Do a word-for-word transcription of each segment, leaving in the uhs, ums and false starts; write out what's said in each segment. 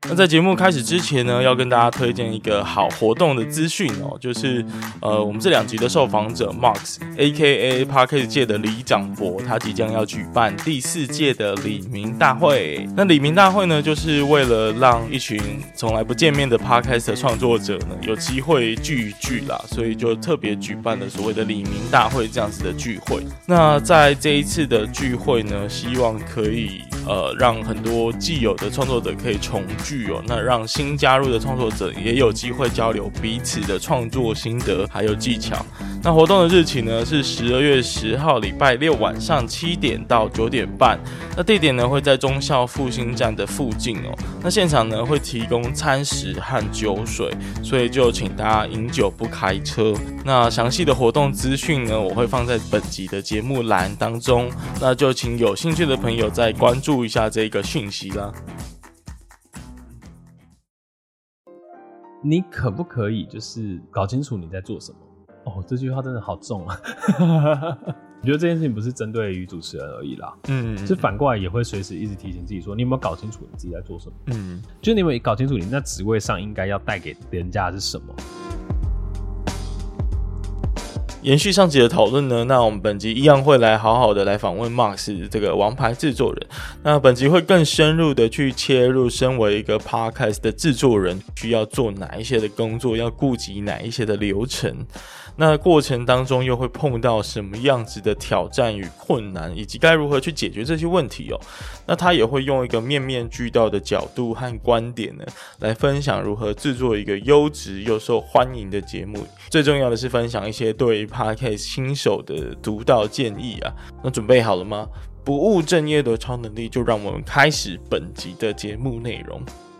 那在节目开始之前呢，要跟大家推荐一个好活动的资讯哦，就是呃，我们这两集的受访者 Marks A K A Podcast 界的李长博，他即将要举办第四届的李明大会。那李明大会呢，就是为了让一群从来不见面的 Podcast 的创作者呢有机会聚一聚啦，所以就特别举办了所谓的李明大会这样子的聚会。那在这一次的聚会呢，希望可以呃让很多既有的创作者可以重聚哦，那让新加入的创作者也有机会交流彼此的创作心得还有技巧。那活动的日期呢是十二月十号礼拜六晚上七点到九点半，那地点呢会在忠孝复兴站的附近哦。那现场呢会提供餐食和酒水，所以就请大家饮酒不开车。那详细的活动资讯呢，我会放在本集的节目栏当中，那就请有兴趣的朋友再关注一下这个讯息啦。 你可不可以就是搞清楚你在做什么？哦，这句话真的好重啊！我觉得这件事情不是针对于主持人而已啦，嗯，是反过来也会随时一直提醒自己说，你有没有搞清楚你自己在做什么？嗯，就是你有没有搞清楚你那职位上应该要带给人家的是什么？ 延续上集的讨论呢，那我们本集一样会来好好的来访问 Marks 这个王牌制作人。那本集会更深入的去切入身为一个 Podcast 的制作人需要做哪一些的工作，要顾及哪一些的流程。那过程当中又会碰到什么样子的挑战与困难，以及该如何去解决这些问题哦。那他也会用一个面面俱到的角度和观点呢，来分享如何制作一个优质又受欢迎的节目。最重要的是分享一些对于 Podcast 新手的独到建议啊。那准备好了吗？不务正业的超能力，就让我们开始本集的节目内容。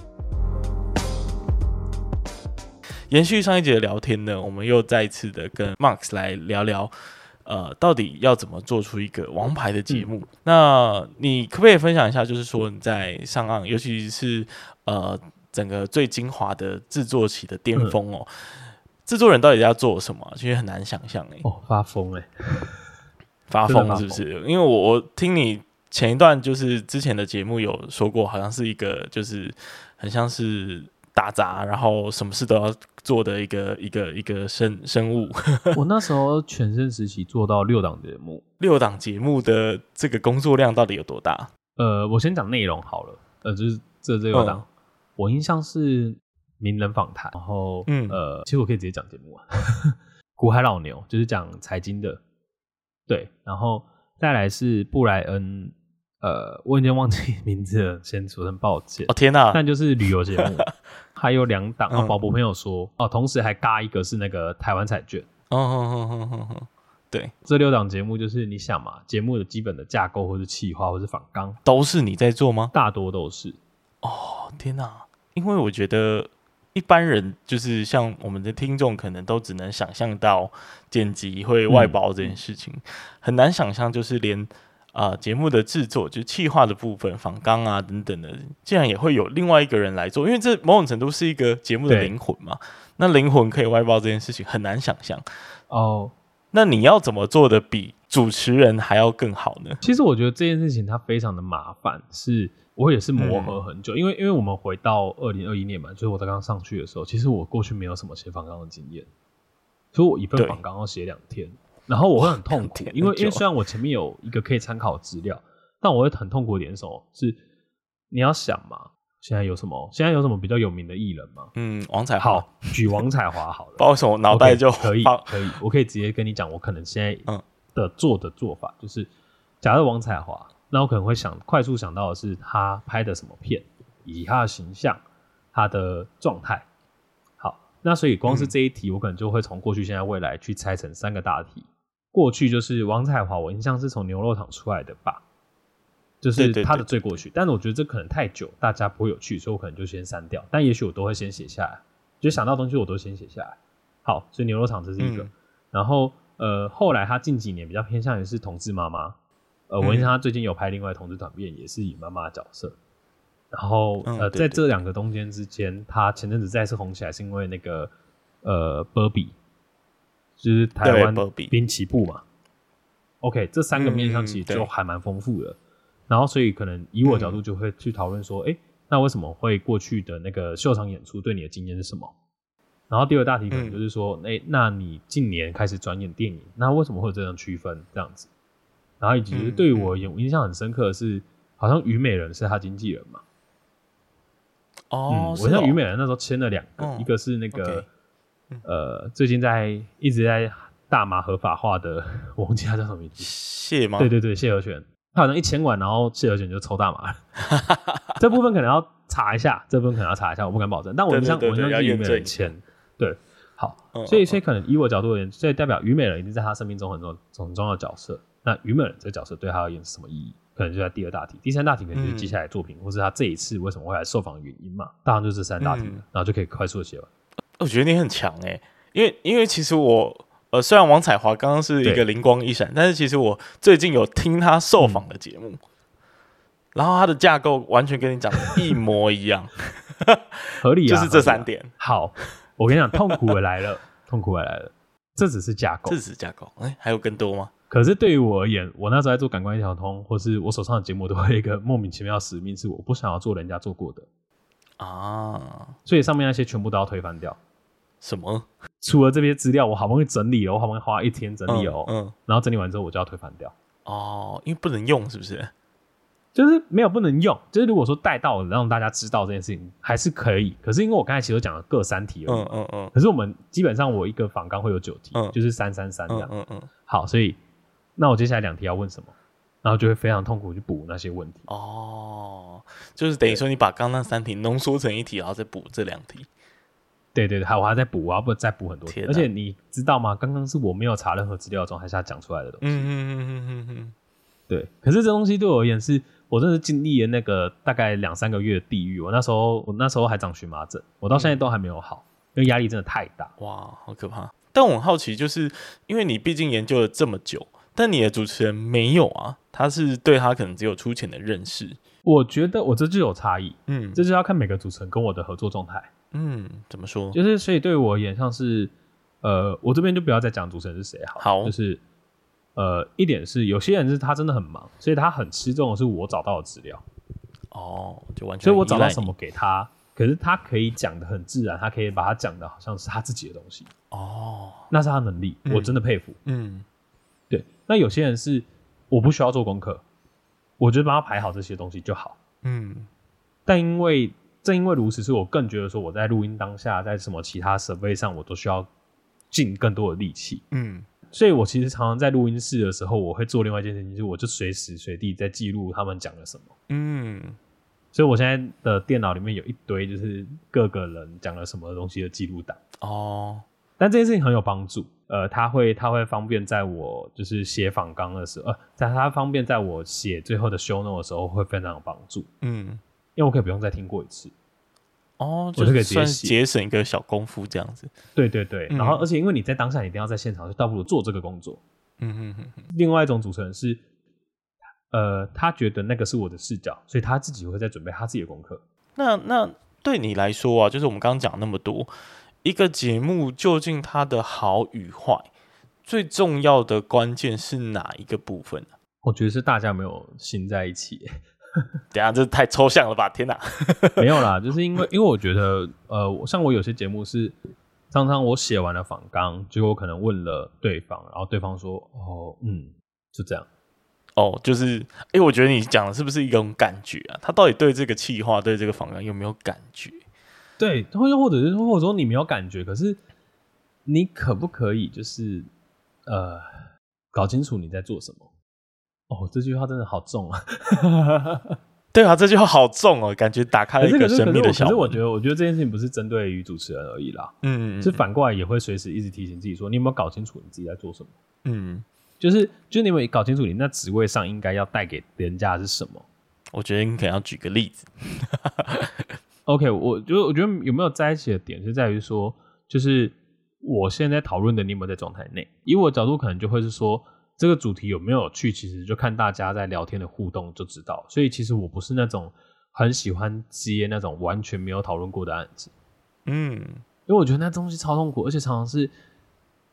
延续上一集的聊天呢，我们又再一次的跟 Marks 来聊聊，呃，到底要怎么做出一个王牌的节目？嗯、那你可不可以分享一下，就是说你在上岸，尤其是呃整个最精华的制作期的巅峰哦，制、嗯、作人到底要做什么？其实很难想象哎。 哦，发疯哎， 发疯是不是？因为我我听你前一段就是之前的节目有说过，好像是一个就是很像是打杂，然后什么事都要做的一个一个一个生生物。 我那时候全盛时期做到六档节目， 六档节目的这个工作量到底有多大？ 呃，我先讲内容好了，呃，就是这这六档、嗯，我印象是名人访谈，然后嗯呃，其实我可以直接讲节目啊，股海老牛就是讲财经的，对，然后再来是布莱恩。呃，我已经忘记名字了，先说声抱歉。 哦天哪！ 但就是旅游节目，还有两档。哦，宝博朋友说，哦，同时还嘎一个是那个台湾彩券。 哦哦哦哦哦哦，对， 这六档节目就是你想嘛，节目的基本的架构或是企划或是访纲， 都是你在做吗？ 大多都是。 哦天哪！因为我觉得一般人就是像我们的听众，可能都只能想象到剪辑会外包这件事情，嗯、很难想象就是连。啊，节目的制作就是企划的部分、访纲啊等等的，竟然也会有另外一个人来做，因为这某种程度是一个节目的灵魂嘛。那灵魂可以外包这件事情很难想象哦。那你要怎么做的比主持人还要更好呢？ 其实我觉得这件事情它非常的麻烦，是我也是磨合很久，嗯、因为因为我们回到二零二一年嘛，就是我在刚上去的时候，其实我过去没有什么写访纲的经验，所以我一份访纲要写两天。然后我会很痛苦，因为因为虽然我前面有一个可以参考的资料，但我会很痛苦的点是什么？是你要想嘛，现在有什么？现在有什么比较有名的艺人吗？ 嗯，王彩华。 好，举王彩华好了。 不知道为什么脑袋就、 okay, 可以可以，我可以直接跟你讲，我可能现在的做的做法、嗯、就是，假如王彩华，那我可能会想快速想到的是他拍的什么片，以及他的形象、他的状态。好，那所以光是这一题，我可能就会从过去、现在、未来去拆成三个大题。过去就是王彩华，我印象是从牛肉厂出来的吧，就是他的最过去。对对对对，但是我觉得这可能太久，大家不会有趣，所以我可能就先删掉。但也许我都会先写下来，就想到东西我都先写下来。好，所以牛肉厂这是一个。嗯、然后呃，后来他近几年比较偏向于是同志妈妈，呃，我印象他最近有拍另外同志短片，也是以妈妈的角色。然后呃，嗯、对对在这两个中间之间，他前阵子再次红起来，是因为那个呃波比。就是台湾滨崎步嘛 ，OK， 这三个面向其实就还蛮丰富的。嗯、然后，所以可能以我的角度就会去讨论说，哎、嗯， 那为什么会过去的那个秀场演出对你的经验是什么？然后第二大题可能就是说，哎、嗯欸，那你近年开始转演电影，那为什么会有这样区分这样子？然后以及就是对于我而言，我印象很深刻的是，好像虞美人是他经纪人嘛。 哦， 嗯，我像虞美人那时候签了两个， 哦、 一个是那个、 okay. 呃，最近在一直在大麻合法化的，我忘记他叫什么名字， 谢吗？ 对对对，谢和弦。他好像一签完，然后谢和弦就抽大麻了。这部分可能要查一下，这部分可能要查一下，我不敢保证。但我印象，我印象是虞美人签，对，好，嗯、所以所以可能以我角度而言，所以代表虞美人一定在他生命中很重很重要的角色。那虞美人这个角色对他而言是什么意义？可能就在第二大题，第三大题可能就是接下来作品，嗯、或是他这一次为什么会来受访的原因嘛。当然就是这三大题，嗯、然后就可以快速的写完。 我觉得你很强哎、欸，因为因为其实我。呃，虽然王彩华刚刚是一个灵光一闪，但是其实我最近有听他受访的节目、嗯，然后他的架构完全跟你讲的一模一样， 合理啊， 就是这三点。 啊、好，我跟你讲，痛苦也来了，痛苦也来了，这只是架构， 这只是架构，哎、欸，还有更多吗？ 可是对于我而言，我那时候在做感官一条通，或是我手上的节目，都会有一个莫名其妙的使命，是我不想要做人家做过的啊，所以上面那些全部都要推翻掉。 什么？ 除了这些资料，我好不容易整理了，我好不容易花一天整理哦、 嗯嗯， 然后整理完之后我就要推翻掉。 哦，因为不能用，是不是？ 就是没有不能用，就是如果说带到让大家知道这件事情还是可以，可是因为我刚才其实讲了各三题而已， 嗯嗯嗯， 可是我们基本上我一个访纲会有九题， 嗯、 就是三三三这样， 嗯嗯嗯， 好，所以那我接下来两题要问什么？然后就会非常痛苦去补那些问题。 哦，就是等于说你把刚刚那三题浓缩成一题，然后再补这两题。 对对对，还我还在补，我要不再补很多题。而且你知道吗？刚刚是我没有查任何资料的状态下讲出来的东西。嗯嗯嗯嗯嗯嗯。对，可是这东西对我而言是，我真的是经历了那个大概两三个月的地狱。我那时候，我那时候还长荨麻疹，我到现在都还没有好，嗯、因为压力真的太大。 哇，好可怕！但我很好奇，就是因为你毕竟研究了这么久，但你的主持人没有啊，他是对他可能只有粗浅的认识。 我觉得我这就有差异， 嗯， 这就要看每个主持人跟我的合作状态。 嗯，怎么说？ 就是所以对我而言，像是呃，我这边就不要再讲主持人是谁好， 好， 就是呃，一点是有些人是他真的很忙，所以他很吃重的是我找到的资料。 哦，就完全， 所以我找到什么给他，可是他可以讲的很自然，他可以把它讲的好像是他自己的东西。 哦， 那是他能力，嗯、我真的佩服。 嗯， 对。那有些人是我不需要做功课，我就帮他排好这些东西就好。 嗯， 但因为正因为如此，所以我更觉得说我在录音当下，在什么其他设备上，我都需要尽更多的力气。 嗯， 所以我其实常常在录音室的时候，我会做另外一件事情，就是我就随时随地在记录他们讲了什么。 嗯， 所以我现在的电脑里面有一堆就是各个人讲了什么东西的记录档。 哦， 但这件事情很有帮助。呃，它会它会方便在我就是写访纲的时候，呃，在它方便在我写最后的 show note 的时候会非常有帮助。嗯，因为我可以不用再听过一次。 哦，就是算节省一个小功夫这样子。 对对对，嗯、然后而且因为你在当下你一定要在现场，就倒不如做这个工作。 嗯哼哼哼。 另外一种主持人是，呃，他觉得那个是我的视角，所以他自己会在准备他自己的功课。 那那对你来说啊，就是我们刚刚讲那么多，一个节目究竟它的好与坏，最重要的关键是哪一个部分呢？ 我觉得是大家没有心在一起。 等一下，这太抽象了吧！天哪， 没有啦，就是因为因为我觉得，呃，像我有些节目是常常我写完了访纲，结果我可能问了对方，然后对方说：“哦，嗯，就这样。” 哦，就是，哎、欸，我觉得你讲的是不是一种感觉啊？他到底对这个企划、对这个访纲有没有感觉？ 对，或者或者是或者说你没有感觉，可是你可不可以就是呃搞清楚你在做什么？哦，这句话真的好重啊！ 对啊，这句话好重哦，感觉打开了一个神秘的小门。 可是我觉得，我觉得这件事情不是针对于主持人而已啦，嗯，是反过来也会随时一直提醒自己说，你有没有搞清楚你自己在做什么？嗯，就是就是你有没有搞清楚你那职位上应该要带给人家的是什么？ 我觉得你可能要举个例子。 OK， 我觉得我觉得有没有在一起的点是在于说，就是我现在讨论的你有没有在状态内？以我的角度，可能就会是说。这个主题有没有趣，其实就看大家在聊天的互动就知道。所以其实我不是那种很喜欢接那种完全没有讨论过的案子，嗯，因为我觉得那东西超痛苦，而且常常是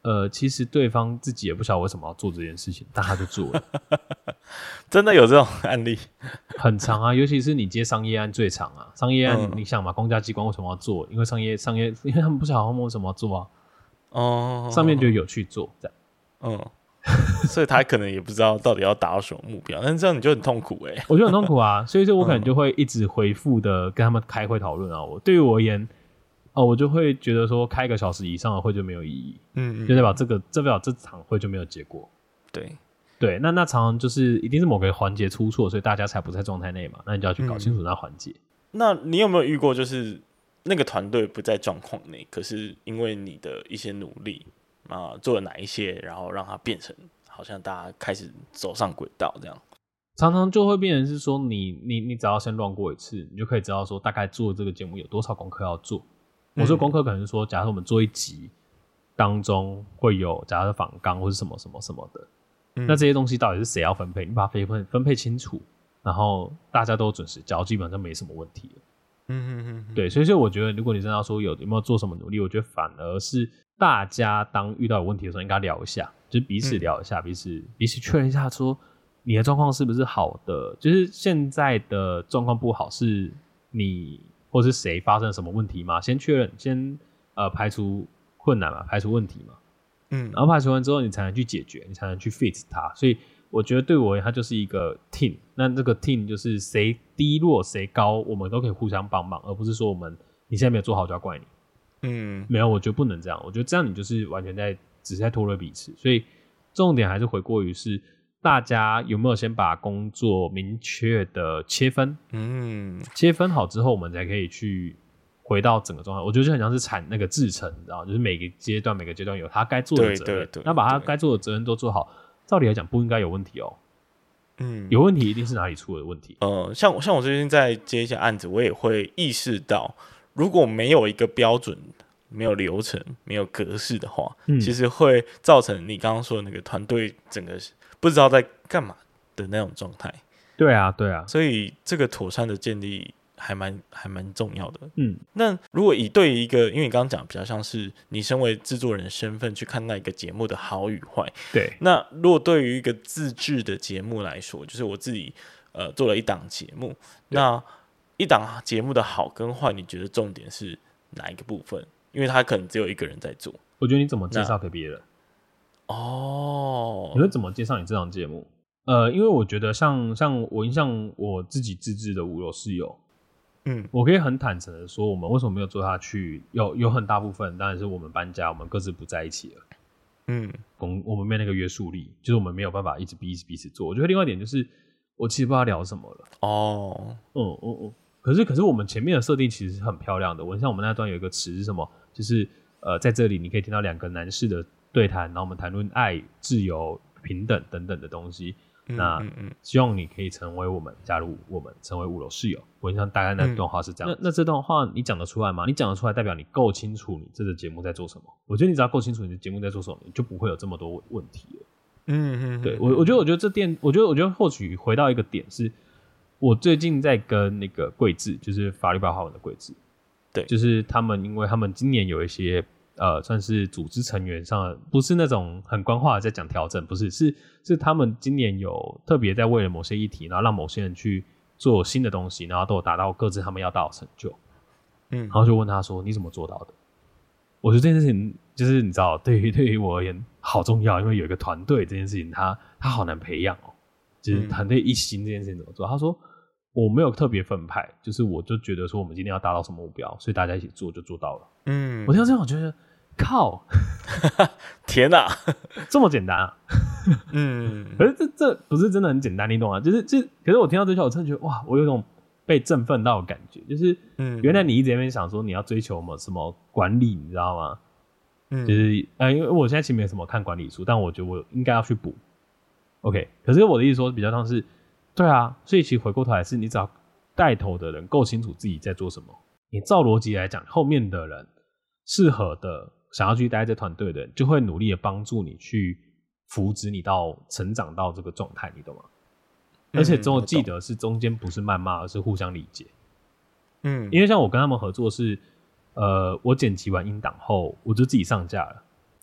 呃，其实对方自己也不晓得为什么要做这件事情，但他就做了。 真的有这种案例？ 很长啊，尤其是你接商业案最长啊。商业案，嗯、你想嘛，公家机关为什么要做？因为商业商业，因为他们不晓得他们为什么要做啊。哦，上面就有去做这样。嗯， 所以他可能也不知道到底要达到什么目标，但是这样你就很痛苦哎、欸。 我就很痛苦啊，所以说我可能就会一直回复的跟他们开会讨论啊。我对于我而言。哦，我就会觉得说，开一个小时以上的会就没有意义，嗯，就代表这个，这代表这场会就没有结果。 对， 对，那那常常就是一定是某个环节出错，所以大家才不在状态内嘛，那你就要去搞清楚那环节、嗯。 那你有没有遇过，就是那个团队不在状况内，可是因为你的一些努力啊、呃，做了哪一些，然后让它变成好像大家开始走上轨道这样？ 常常就会变成是说你，你你你只要先乱过一次，你就可以知道说大概做这个节目有多少功课要做。我说功课可能是说，假如我们做一集当中会有，假如访纲或是什么什么什么的、嗯，那这些东西到底是谁要分配？你把它分配分配清楚，然后大家都准时交，基本上没什么问题了。嗯嗯嗯，对，所以说我觉得，如果你真的要说有有没有做什么努力，我觉得反而是大家当遇到有问题的时候，应该聊一下，就是彼此聊一下，嗯、彼此彼此确认一下说你的状况是不是好的，就是现在的状况不好是你。或是谁发生了什么问题嘛？先确认，先呃排除困难嘛，排除问题嘛。嗯，然后排除完之后，你才能去解决，你才能去 fix 它。所以我觉得对我而言，它就是一个 team。那这个 team 就是谁低落谁高，我们都可以互相帮忙，而不是说我们你现在没有做好就要怪你。嗯，没有，我觉得不能这样。我觉得这样你就是完全在只是在拖累彼此。所以重点还是回过于是。大家有没有先把工作明确的切分？嗯，切分好之后，我们才可以去回到整个状态。我觉得就很像是产那个制程，你知道，就是每个阶段每个阶段有他该做的责任，对对对，那把他该做的责任都做好，照理来讲不应该有问题哦。嗯，有问题一定是哪里出了问题。 呃，像像我最近在接一些案子，我也会意识到，如果没有一个标准、没有流程、没有格式的话，嗯、其实会造成你刚刚说的那个团队整个。不知道在干嘛的那种状态。 对啊，对啊， 所以这个妥善的建立还蛮还蛮重要的。嗯，那如果以对于一个，因为你刚刚讲比较像是你身为制作人的身份去看待一个节目的好与坏。 对。 那如果对于一个自制的节目来说，就是我自己呃做了一档节目，那一档节目的好跟坏，你觉得重点是哪一个部分？因为他可能只有一个人在做。 我觉得你怎么介绍给别人？哦，你会怎么介绍你这档节目？呃，因为我觉得像像我印象我自己自制的五楼室友，嗯，我可以很坦诚的说，我们为什么没有做下去？有有很大部分当然是我们搬家，我们各自不在一起了。嗯，我们没那个约束力，就是我们没有办法一直逼彼此做。我觉得另外一点就是，我其实不知道聊什么了。哦，嗯嗯嗯，可是可是我们前面的设定其实是很漂亮的。我像我们那段有一个词是什么？就是呃，在这里你可以听到两个男士的对谈，然后我们谈论爱、自由、平等等等的东西。嗯、那、嗯嗯、希望你可以成为我们，加入我们，成为五楼室友。我印象大概那段话是这样、嗯那。那这段话你讲得出来吗？你讲得出来，代表你够清楚你这个节目在做什么。我觉得你只要够清楚你的节目在做什么，你就不会有这么多问题了。嗯嗯，对我，我觉得，我觉得这点，我觉得，我觉得或许回到一个点是，我最近在跟那个贵志，就是法律白话文的贵志，对，就是他们，因为他们今年有一些。呃，算是组织成员上的，不是那种很官话的在讲调整，不是，是是他们今年有特别在为了某些议题，然后让某些人去做新的东西，然后都有达到各自他们要到的成就。嗯，然后就问他说：“你怎么做到的？”我觉得这件事情就是你知道，对于对于我而言好重要，因为有一个团队这件事情他，他他好难培养哦。就是团队一心这件事情怎么做？嗯、他说我没有特别分派，就是我就觉得说我们今天要达到什么目标，所以大家一起做就做到了。嗯，我听到这样，我觉得靠， 天哪， 这么简单啊！嗯，可是这这不是真的很简单，你懂吗？就是就，可是我听到这句话，我真的觉得哇，我有一种被振奋到的感觉，就是嗯，原来你一直在那边想说你要追求什么什么管理，你知道吗？嗯，就是呃，因为我现在其实没什么看管理书，但我觉得我应该要去补。OK， 可是我的意思说比较像是，对啊，所以其实回过头来是你只要带头的人够清楚自己在做什么，你照逻辑来讲，后面的人适合的想要去待在团队的人，就会努力的帮助你去扶植你到成长到这个状态，你懂吗？嗯、而且总有记得是中间不是谩骂，而是互相理解。嗯，因为像我跟他们合作是，呃，我剪辑完音档后，我就自己上架了。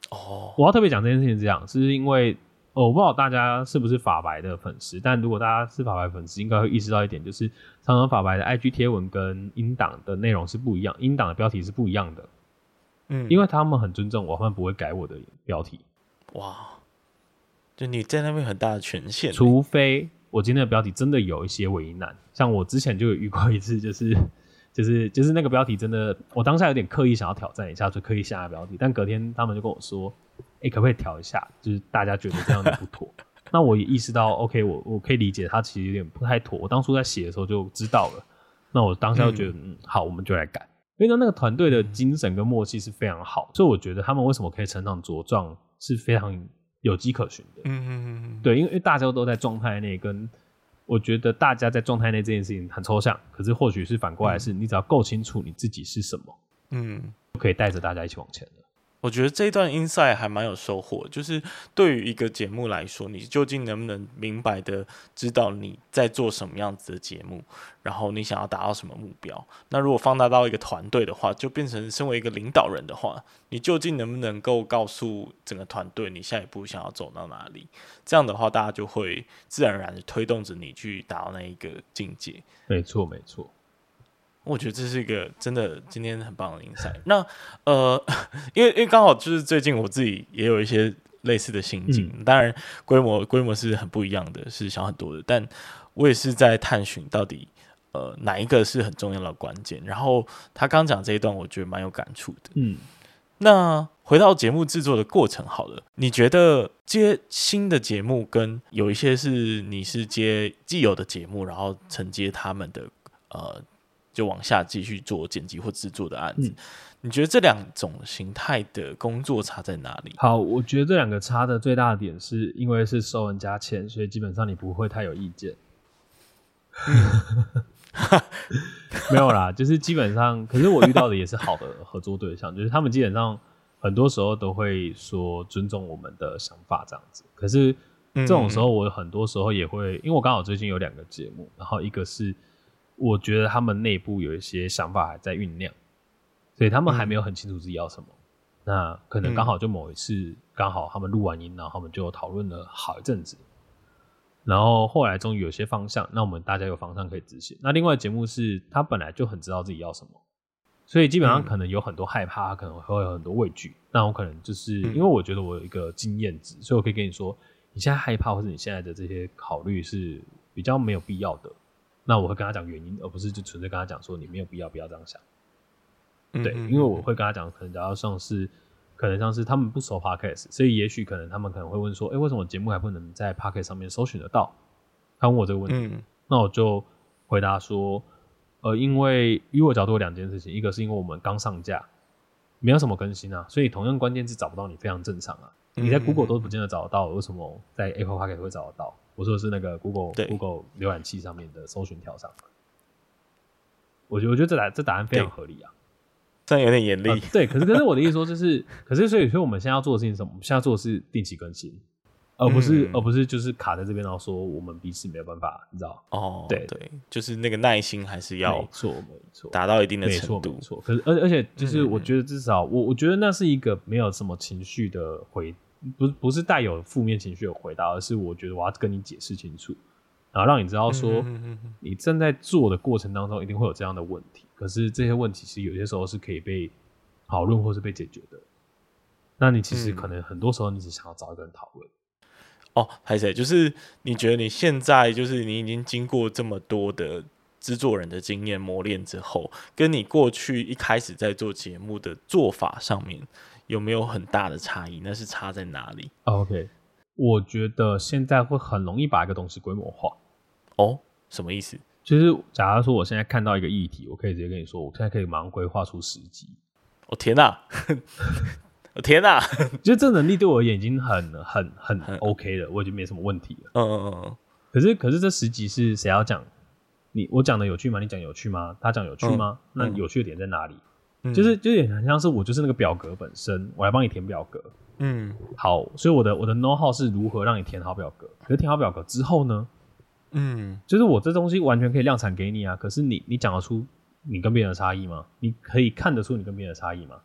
哦，我要特别讲这件事情是这样，是因为、哦、我不知道大家是不是法白的粉丝，但如果大家是法白粉丝，应该会意识到一点，就是常常法白的 I G 贴文跟音档的内容是不一样，音档的标题是不一样的。嗯，因为他们很尊重我，他们不会改我的标题。哇， 就你在那边很大的权限， 除非我今天的标题真的有一些为难，像我之前就有遇过一次，就是就是就是那个标题真的，我当下有点刻意想要挑战一下，就刻意下标题，但隔天他们就跟我说，哎、欸，可不可以调一下？就是大家觉得这样子不妥。那我也意识到 ，OK， 我我可以理解他其实有点不太妥。我当初在写的时候就知道了，那我当下就觉得，嗯，嗯好，我们就来改。因为那个团队的精神跟默契是非常好，所以我觉得他们为什么可以成长茁壮是非常有迹可循的。嗯嗯嗯，对，因为大家都在状态内，跟我觉得大家在状态内这件事情很抽象，可是或许是反过来是，你只要够清楚你自己是什么，嗯，就可以带着大家一起往前了。 我觉得这一段 insight 还蛮有收获，就是对于一个节目来说，你究竟能不能明白的知道你在做什么样子的节目，然后你想要达到什么目标。那如果放大到一个团队的话，就变成身为一个领导人的话，你究竟能不能够告诉整个团队你下一步想要走到哪里？这样的话，大家就会自然而然的推动着你去达到那一个境界。 没错，没错。 我觉得这是一个真的今天很棒的insight。那呃，因为因为刚好就是最近我自己也有一些类似的心境，嗯、当然规模规模是很不一样的，是小很多的，但我也是在探寻到底呃哪一个是很重要的关键。然后他刚讲这一段，我觉得蛮有感触的。嗯，那回到节目制作的过程好了，你觉得接新的节目跟有一些是你是接既有的节目，然后承接他们的呃。就往下继续做剪辑或制作的案子、嗯，你觉得这两种形态的工作差在哪里？ 好，我觉得这两个差的最大的点是因为是收人家钱，所以基本上你不会太有意见。嗯、没有啦，就是基本上，可是我遇到的也是好的合作对象，就是他们基本上很多时候都会说尊重我们的想法这样子。可是这种时候，我很多时候也会，因为我刚好最近有两个节目，然后一个是。我觉得他们内部有一些想法还在酝酿，所以他们还没有很清楚自己要什么。嗯、那可能刚好就某一次，刚好他们录完音，然后他们就讨论了好一阵子，然后后来终于有些方向，那我们大家有方向可以执行。那另外节目是他本来就很知道自己要什么，所以基本上可能有很多害怕，可能会有很多畏惧。那我可能就是因为我觉得我有一个经验值，所以我可以跟你说，你现在害怕或者你现在的这些考虑是比较没有必要的。那我会跟他讲原因，而不是就纯粹跟他讲说你没有必要不要这样想。嗯、对，因为我会跟他讲，可能假如像是，可能像是他们不熟 Podcast， 所以也许可能他们可能会问说，哎、欸，为什么节目还不能在 Podcast 上面搜寻得到？他问我这个问题，嗯、那我就回答说，呃，因为以我角度有两件事情，一个是因为我们刚上架，没有什么更新啊，所以同样关键字找不到你非常正常啊。你在 Google 都不见得找得到，为什么在 Apple Podcast 会找得到？我说的是那个 Google Google 浏览器上面的搜寻条上，我觉得我觉得这答这答案非常合理啊， 这样有点严厉、呃。 对，可是可是我的意思说就是，可是所以所以我们现在要做的事情是什么？我们现在做的是定期更新，而不是、嗯、而不是就是卡在这边，然后说我们彼此没有办法，你知道？ 哦，对对，就是那个耐心还是要没错没错， 达到一定的程度， 没错。可是而而且就是我觉得至少、嗯、我我觉得那是一个没有什么情绪的回。不是不是带有负面情绪的回答，而是我觉得我要跟你解释清楚，然后让你知道说，你正在做的过程当中一定会有这样的问题，可是这些问题其实有些时候是可以被讨论或是被解决的。那你其实可能很多时候你只想要找一个人讨论。 哦，还是就是你觉得你现在就是你已经经过这么多的制作人的经验磨练之后，跟你过去一开始在做节目的做法上面。有没有很大的差异？那是差在哪里 ？OK， 我觉得现在会很容易把一个东西规模化。 哦，什么意思？ 就是假如说我现在看到一个议题，我可以直接跟你说，我现在可以马上规划出十集。 哦天哪、啊！我天哪、啊！ 就这能力对我而言已经很很很 OK 了，我已经没什么问题了。嗯嗯嗯。可是可是这十集是谁要讲？你我讲的有趣吗？你讲有趣吗？他讲有趣吗？嗯、那有趣的点在哪里？嗯、就是就是很像是我就是那个表格本身，我来帮你填表格。嗯，好，所以我的我的 know how 是如何让你填好表格。可是填好表格之后呢？嗯，就是我这东西完全可以量产给你啊。可是你你讲得出你跟别人的差异吗？你可以看得出你跟别人的差异吗？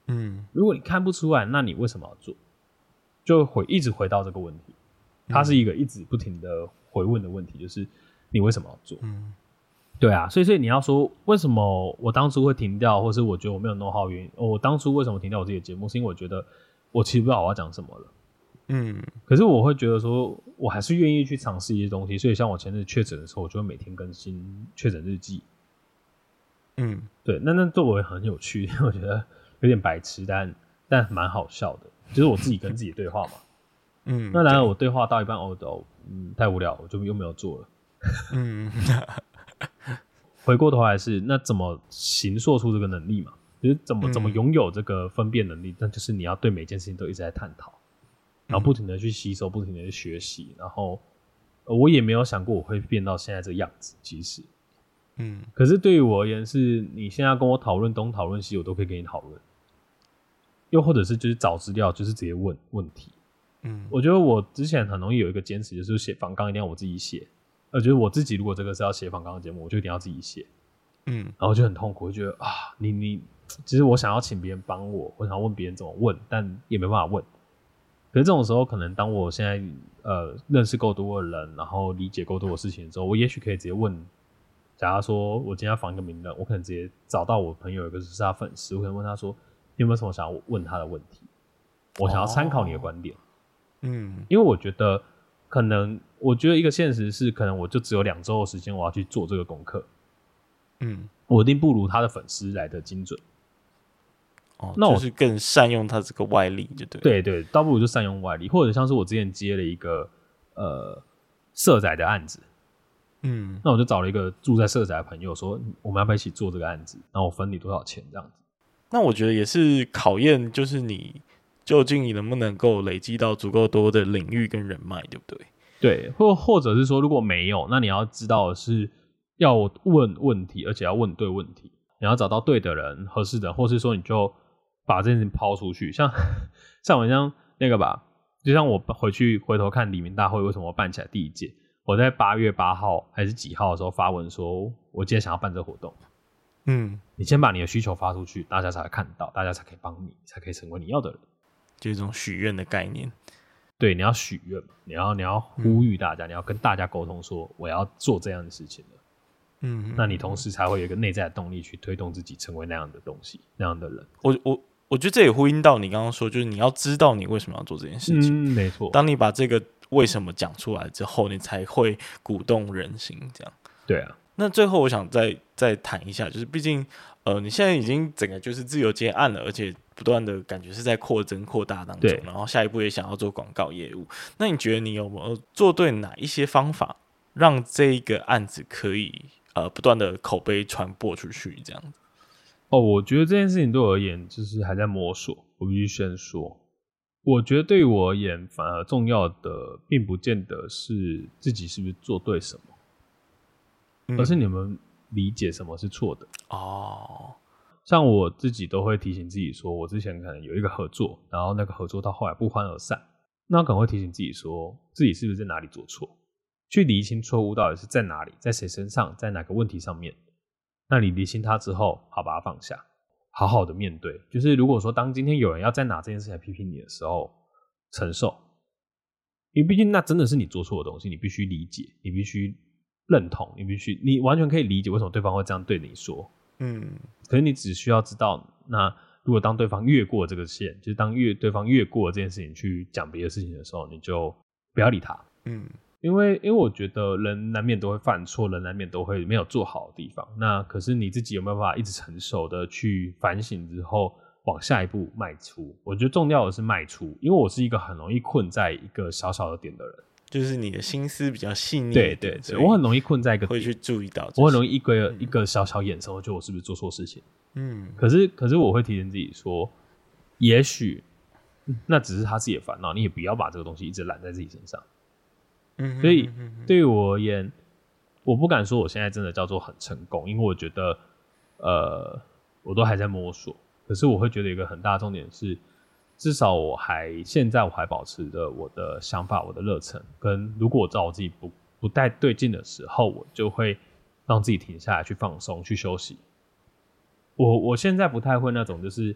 嗯，如果你看不出来，那你为什么要做？就回一直回到这个问题，它是一个一直不停的回问的问题，就是你为什么要做？嗯，对啊，所以所以你要说为什么我当初会停掉，或是我觉得我没有know how原因、哦，我当初为什么停掉我自己的节目，是因为我觉得我其实不知道我要讲什么了。嗯，可是我会觉得说，我还是愿意去尝试一些东西，所以像我前阵确诊的时候，我就会每天更新确诊日记。嗯，对，那那对我也很有趣，因为我觉得有点白痴，但但蛮好笑的，就是我自己跟自己对话嘛。嗯，那然而我对话到一半，哦哦，嗯，太无聊，我就又没有做了。嗯，回过头来是，那怎么形塑出这个能力嘛？就是怎么怎么拥有这个分辨能力？那就是你要对每件事情都一直在探讨。然后不停的去吸收，不停的去学习，然后、呃、我也没有想过我会变到现在这个样子，其实，嗯，可是对于我而言是，你现在跟我讨论东讨论西，我都可以跟你讨论，又或者是就是找资料，就是直接问问题，嗯，我觉得我之前很容易有一个坚持，就是写访纲一定要我自己写，呃，就是我自己如果这个是要写访纲的节目，我就一定要自己写，嗯，然后就很痛苦，就觉得啊，你你，其实我想要请别人帮我，我想要问别人怎么问，但也没办法问。可是这种时候，可能当我现在呃认识够多的人，然后理解够多的事情之后，我也许可以直接问。假如说我今天要访一个名人，我可能直接找到我朋友，有个是他粉丝，我可能问他说：“你有没有什么想要问他的问题？我想要参考你的观点。哦”嗯，因为我觉得可能，我觉得一个现实是，可能我就只有两周的时间，我要去做这个功课。嗯，我一定不如他的粉丝来的精准。 哦，那我就是更善用他这个外力，就对。 对对，倒不如就善用外力，或者像是我之前接了一个呃社宅的案子，嗯，那我就找了一个住在社宅的朋友说，我们要不要一起做这个案子？然后我分你多少钱这样子。 那我觉得也是考验，就是你究竟你能不能够累积到足够多的领域跟人脉，对不对？ 对，或或者是说，如果没有，那你要知道的是要问问题，而且要问对问题，你要找到对的人、合适的人，或是说你就把这件事情抛出去，像像我像那个吧，就像我回去回头看黎明大会为什么办起来第一届，我在八月八号还是几号的时候发文说，我今天想要办这个活动，嗯，你先把你的需求发出去，大家才会看到，大家才可以帮你，才可以成为你要的人， 就一种许愿的概念。 对，你要许愿嘛，你要你要呼吁大家、嗯，你要跟大家沟通说我要做这样的事情了，嗯，那你同时才会有一个内在的动力去推动自己成为那样的东西，那样的人。 我我我觉得这也呼应到你刚刚说，就是你要知道你为什么要做这件事情。 嗯，没错。 当你把这个为什么讲出来之后，你才会鼓动人心。这样。 对啊。 那最后我想再再谈一下，就是毕竟呃，你现在已经整个就是自由接案了，而且不断的感觉是在扩增扩大当中，然后下一步也想要做广告业务。那你觉得你有没有做对哪一些方法，让这一个案子可以呃不断的口碑传播出去？这样子。 哦，我觉得这件事情对我而言就是还在摸索。我必须先说，我觉得对于我而言，反而重要的并不见得是自己是不是做对什么，嗯、而是你们理解什么是错的。哦，像我自己都会提醒自己说，我之前可能有一个合作，然后那个合作到后来不欢而散，那可能会提醒自己说，自己是不是在哪里做错，去厘清错误到底是在哪里，在谁身上，在哪个问题上面。那你理清它之后，好把它放下，好好的面对。就是如果说当今天有人要再拿这件事来批评你的时候，承受，因为毕竟那真的是你做错的东西，你必须理解，你必须认同，你必须，你完全可以理解为什么对方会这样对你说。嗯，可是你只需要知道，那如果当对方越过这个线，就是当越对方越过这件事情去讲别的事情的时候，你就不要理他。嗯。因为，因为我觉得人难免都会犯错，人难免都会没有做好的地方。那可是你自己有没有办法一直成熟的去反省之后往下一步迈出？我觉得重要的是迈出，因为我是一个很容易困在一个小小的点的人， 就是你的心思比较细腻。 对对对，我很容易困在一个点， 会去注意到， 我很容易一个、嗯、一个小小眼神，我觉得我是不是做错事情？嗯，可是可是我会提醒自己说，也许那只是他自己的烦恼，你也不要把这个东西一直揽在自己身上。所以对于我而言，我不敢说我现在真的叫做很成功，因为我觉得呃我都还在摸索。可是我会觉得一个很大的重点是，至少我还现在我还保持着我的想法，我的热忱，跟如果我知道我自己不不太对劲的时候，我就会让自己停下来去放松，去休息。我我现在不太会那种就是哦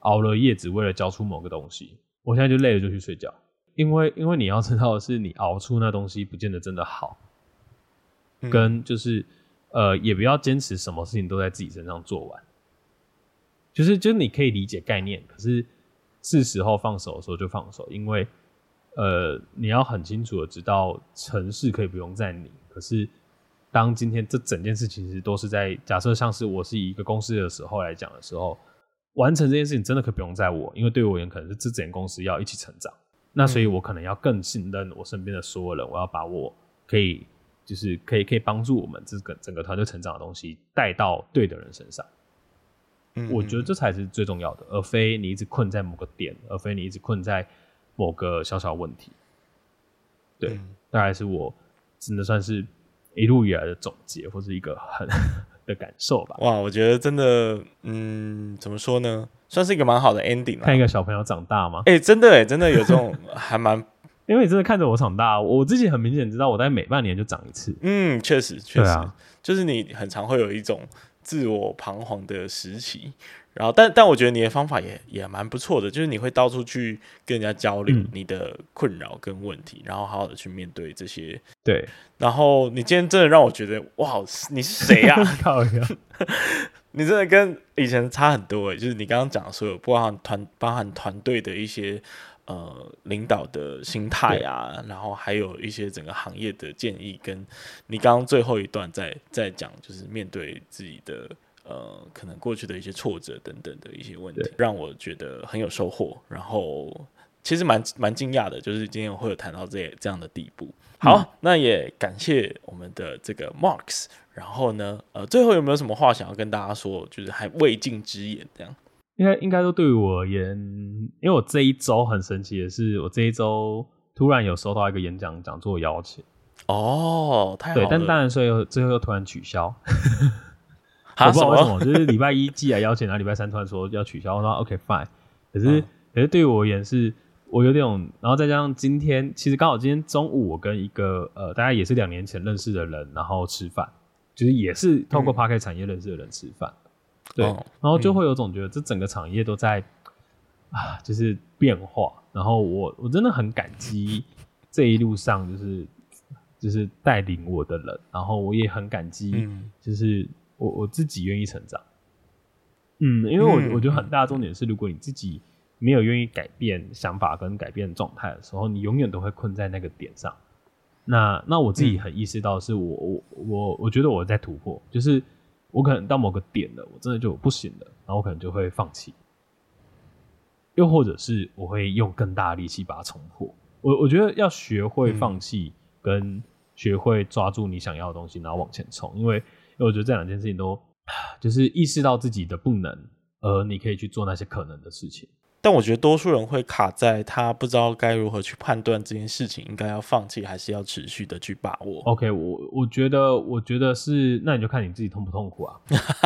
熬了夜只为了交出某个东西，我现在就累了就去睡觉。因为因为你要知道的是，你熬出那东西不见得真的好，嗯、跟就是呃也不要坚持什么事情都在自己身上做完，就是就是你可以理解概念，可是是时候放手的时候就放手，因为呃你要很清楚的知道成事可以不用在你，可是当今天这整件事情其实都是在假设像是我是以一个公司的时候来讲的时候，完成这件事情真的可以不用在我，因为对我而言可能是这整间公司要一起成长。那所以我可能要更信任我身边的所有人，我要把我可以就是可以可以帮助我们这个整个团队成长的东西带到对的人身上。嗯，我觉得这才是最重要的，而非你一直困在某个点，而非你一直困在某个小小问题。对，嗯、大概是我真的算是一路以来的总结，或是一个很的感受吧。 哇，我觉得真的，嗯，怎么说呢？算是一个蛮好的 ending 啦。 看一个小朋友长大吗？ 哎、欸，真的哎，真的有这种还蛮， 因为你真的看着我长大，我自己很明显知道，我大概每半年就长一次。 嗯，确实，确实、 啊， 就是你很常会有一种自我彷徨的时期。然后，但但我觉得你的方法也也蛮不错的，就是你会到处去跟人家交流你的困扰跟问题，嗯、然后好好的去面对这些。 对。 然后你今天真的让我觉得，哇，你是谁呀、啊？ 靠呀！ 你真的跟以前差很多哎，就是你刚刚讲的所有，包含团包含团队的一些呃领导的心态啊，然后还有一些整个行业的建议，跟你刚刚最后一段在在讲，就是面对自己的呃可能过去的一些挫折等等的一些问题，让我觉得很有收获，然后其实蛮蛮惊讶的，就是今天我会有谈到这这样的地步。好、嗯，那也感谢我们的这个 Marks。然后呢，呃，最后有没有什么话想要跟大家说？就是还未尽之言，这样。 应该应该都对于我而言，因为我这一周很神奇的是，我这一周突然有收到一个演讲讲座邀请。 哦，太好了。 对，但当然，所以最后又突然取消。我不知道为什么，就是礼拜一寄来邀请，然后礼拜三突然说要取消，我说 OK fine。可是、嗯、可是对于我而言是，我有点，然后再加上今天，其实刚好今天中午我跟一个呃，大概也是两年前认识的人，然后吃饭。就是也是透过 Podcast 产业认识的人吃饭、嗯，对、哦，然后就会有种觉得这整个产业都在、嗯、啊，就是变化。然后我我真的很感激这一路上就是就是带领我的人，然后我也很感激，就是我我自己愿意成长。嗯，因为我我觉得很大的重点是，如果你自己没有愿意改变想法跟改变状态的时候，你永远都会困在那个点上。那那我自己很意识到的是我，我我我我觉得我在突破，就是我可能到某个点了，我真的就不行了，然后我可能就会放弃，又或者是我会用更大的力气把它冲破。我我觉得要学会放弃，跟学会抓住你想要的东西，然后往前冲。因为因为我觉得这两件事情都就是意识到自己的不能，而你可以去做那些可能的事情。 但我觉得多数人会卡在他不知道该如何去判断这件事情应该要放弃还是要持续的去把握。 OK， 我我觉得我觉得是，那你就看你自己痛不痛苦啊。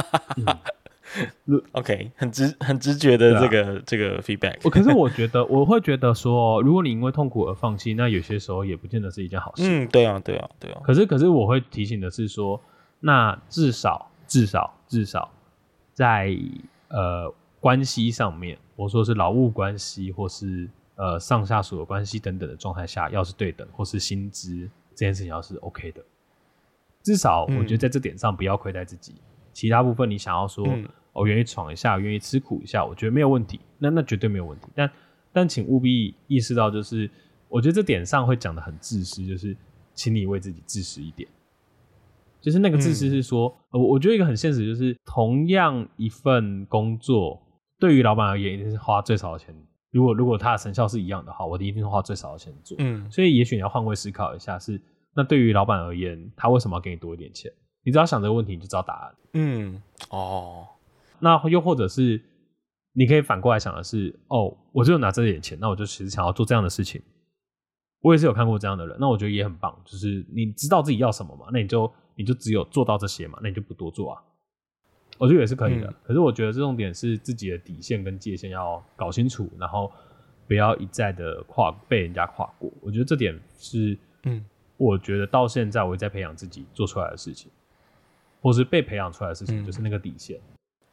嗯、OK， 很直很直觉的这个、啊、这个 feedback。 可是我觉得我会觉得说，如果你因为痛苦而放弃，那有些时候也不见得是一件好事。 嗯，对啊对啊对啊。 可是可是我会提醒的是说，那至少至少至少在呃关系上面，我说是劳务关系或是呃上下属的关系等等的状态下，要是对等或是薪资这件事情要是 OK 的，至少我觉得在这点上不要亏待自己、嗯、其他部分你想要说、嗯、我愿意闯一下，我愿意吃苦一下，我觉得没有问题，那那绝对没有问题。但但请务必意识到，就是我觉得这点上会讲得很自私，就是请你为自己自私一点。就是那个自私是说、嗯、我觉得一个很现实，就是同样一份工作对于老板而言一定是花最少的钱，如果如果它的成效是一样的话，我一定是花最少的钱做。嗯，所以也许你要换位思考一下，是那对于老板而言，他为什么要给你多一点钱？你只要想这个问题，你就知道答案。嗯，哦，那又或者是你可以反过来想的是，哦，我只有拿这点钱，那我就其实想要做这样的事情。我也是有看过这样的人，那我觉得也很棒，就是你知道自己要什么嘛，那你就你就只有做到这些嘛，那你就不多做啊。我觉得也是可以的、嗯、可是我觉得这重点是自己的底线跟界限要搞清楚，然后不要一再的跨被人家跨过。我觉得这点是嗯，我觉得到现在我在培养自己做出来的事情，或是被培养出来的事情、嗯、就是那个底线。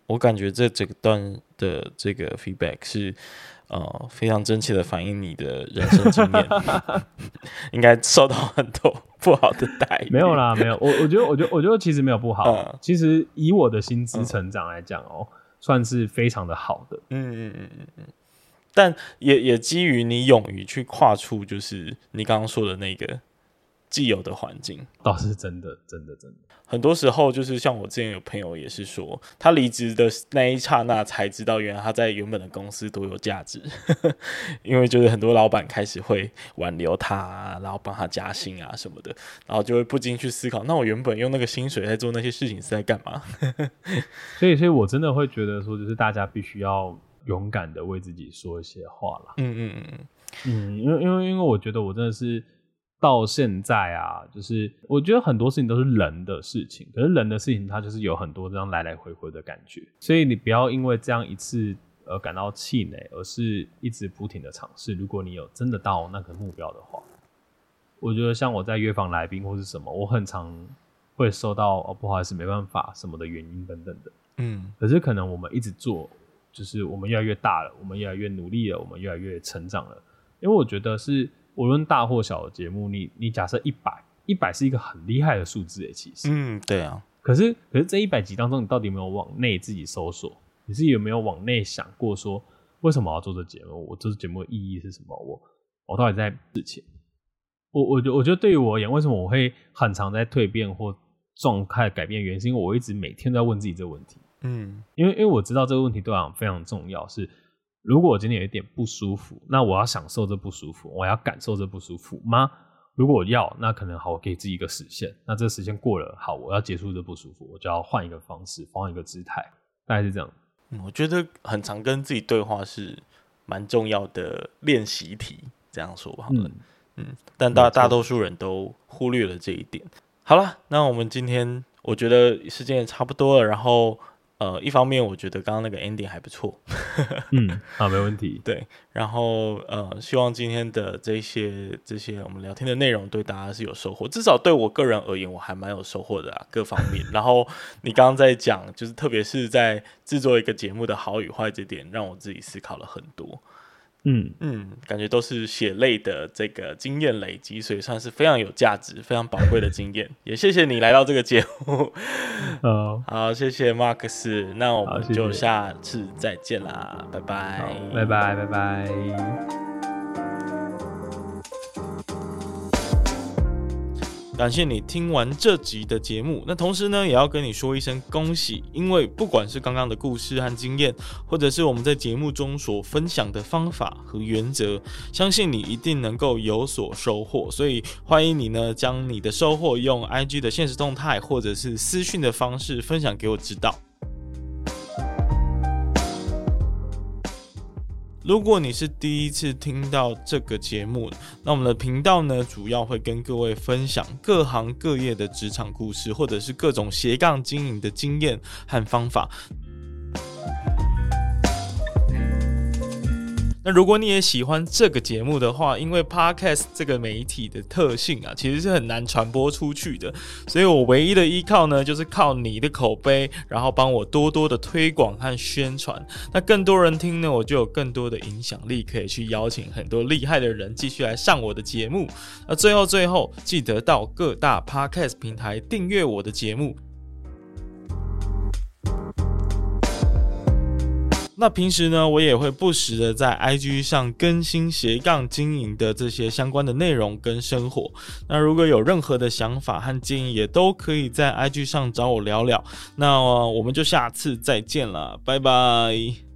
我感觉这整段的这个 feedback 是呃非常真切的反映你的人生经验，应该受到很多不好的待遇。 没有啦，没有，我我觉得我觉得我觉得其实没有不好，嗯、其实以我的薪资成长来讲哦、喔，算是非常的好的。 嗯嗯嗯嗯嗯。但也也基于你勇于去跨出，就是你刚刚说的那个既有的环境， 倒是真的，真的，真的。 很多时候就是像我之前有朋友也是说，他离职的那一刹那才知道，原来他在原本的公司多有价值，因为就是很多老板开始会挽留他、啊，然后帮他加薪啊什么的，然后就会不禁去思考，那我原本用那个薪水在做那些事情是在干嘛？ 所以，所以我真的会觉得说，就是大家必须要勇敢的为自己说一些话啦。嗯嗯嗯嗯，因为因为因为我觉得我真的是。到现在啊，就是我觉得很多事情都是人的事情，可是人的事情它就是有很多这样来来回回的感觉，所以你不要因为这样一次而感到气馁，而是一直不停的尝试。如果你有真的到那个目标的话，我觉得像我在约访来宾或是什么，我很常会收到哦不好意思没办法什么的原因等等的，嗯，可是可能我们一直做，就是我们越来越大了，我们越来越努力了，我们越来越成长了，因为我觉得是。无论大或小的节目，你你假设一百，一百是一个很厉害的数字诶，其实， 嗯，对啊。 可是可是这一百集当中，你到底有没有往内自己搜索？你自己有没有往内想过说，为什么我要做这节目？我做这节目的意义是什么？我我到底在事情？我我觉我觉得对于我而言，为什么我会很常在蜕变或状态改变？原因是因为我一直每天都在问自己这个问题。嗯，因为因为我知道这个问题对我来讲非常重要，是。如果我今天有一点不舒服，那我要享受这不舒服，我要感受这不舒服吗？如果我要，那可能好，我给自己一个时限。那这个时间过了，好，我要结束这不舒服，我就要换一个方式，换一个姿态，大概是这样。 嗯，我觉得很常跟自己对话是蛮重要的练习题，这样说好了。嗯，嗯但大大多数人都忽略了这一点。好了，那我们今天我觉得时间也差不多了，然后。呃，一方面我觉得刚刚那个 ending 还不错， 嗯，好，没问题。 对，然后呃，希望今天的这些这些我们聊天的内容对大家是有收获，至少对我个人而言，我还蛮有收获的啊，各方面。然后你刚刚在讲，就是特别是在制作一个节目的好与坏这点，让我自己思考了很多。嗯嗯，感觉都是血泪的这个经验累积，所以算是非常有价值、非常宝贵的经验。也谢谢你来到这个节目， 好， 好，谢谢 Marcus， 那我们就下次再见啦，拜拜， 拜拜，拜拜。 感谢你听完这集的节目，那同时呢，也要跟你说一声恭喜，因为不管是刚刚的故事和经验，或者是我们在节目中所分享的方法和原则，相信你一定能够有所收获。所以欢迎你呢，将你的收获用 I G 的限时动态或者是私讯的方式分享给我知道。如果你是第一次听到这个节目，那我们的频道呢，主要会跟各位分享各行各业的职场故事，或者是各种斜杠经营的经验和方法。那如果你也喜欢这个节目的话，因为 Podcast 这个媒体的特性啊，其实是很难传播出去的，所以我唯一的依靠呢，就是靠你的口碑，然后帮我多多的推广和宣传。那更多人听呢，我就有更多的影响力，可以去邀请很多厉害的人继续来上我的节目。那最后最后，记得到各大 Podcast 平台订阅我的节目。那平时呢，我也会不时的在 I G 上更新斜杠经营的这些相关的内容跟生活。那如果有任何的想法和建议，也都可以在 I G 上找我聊聊。那我们就下次再见了，拜拜。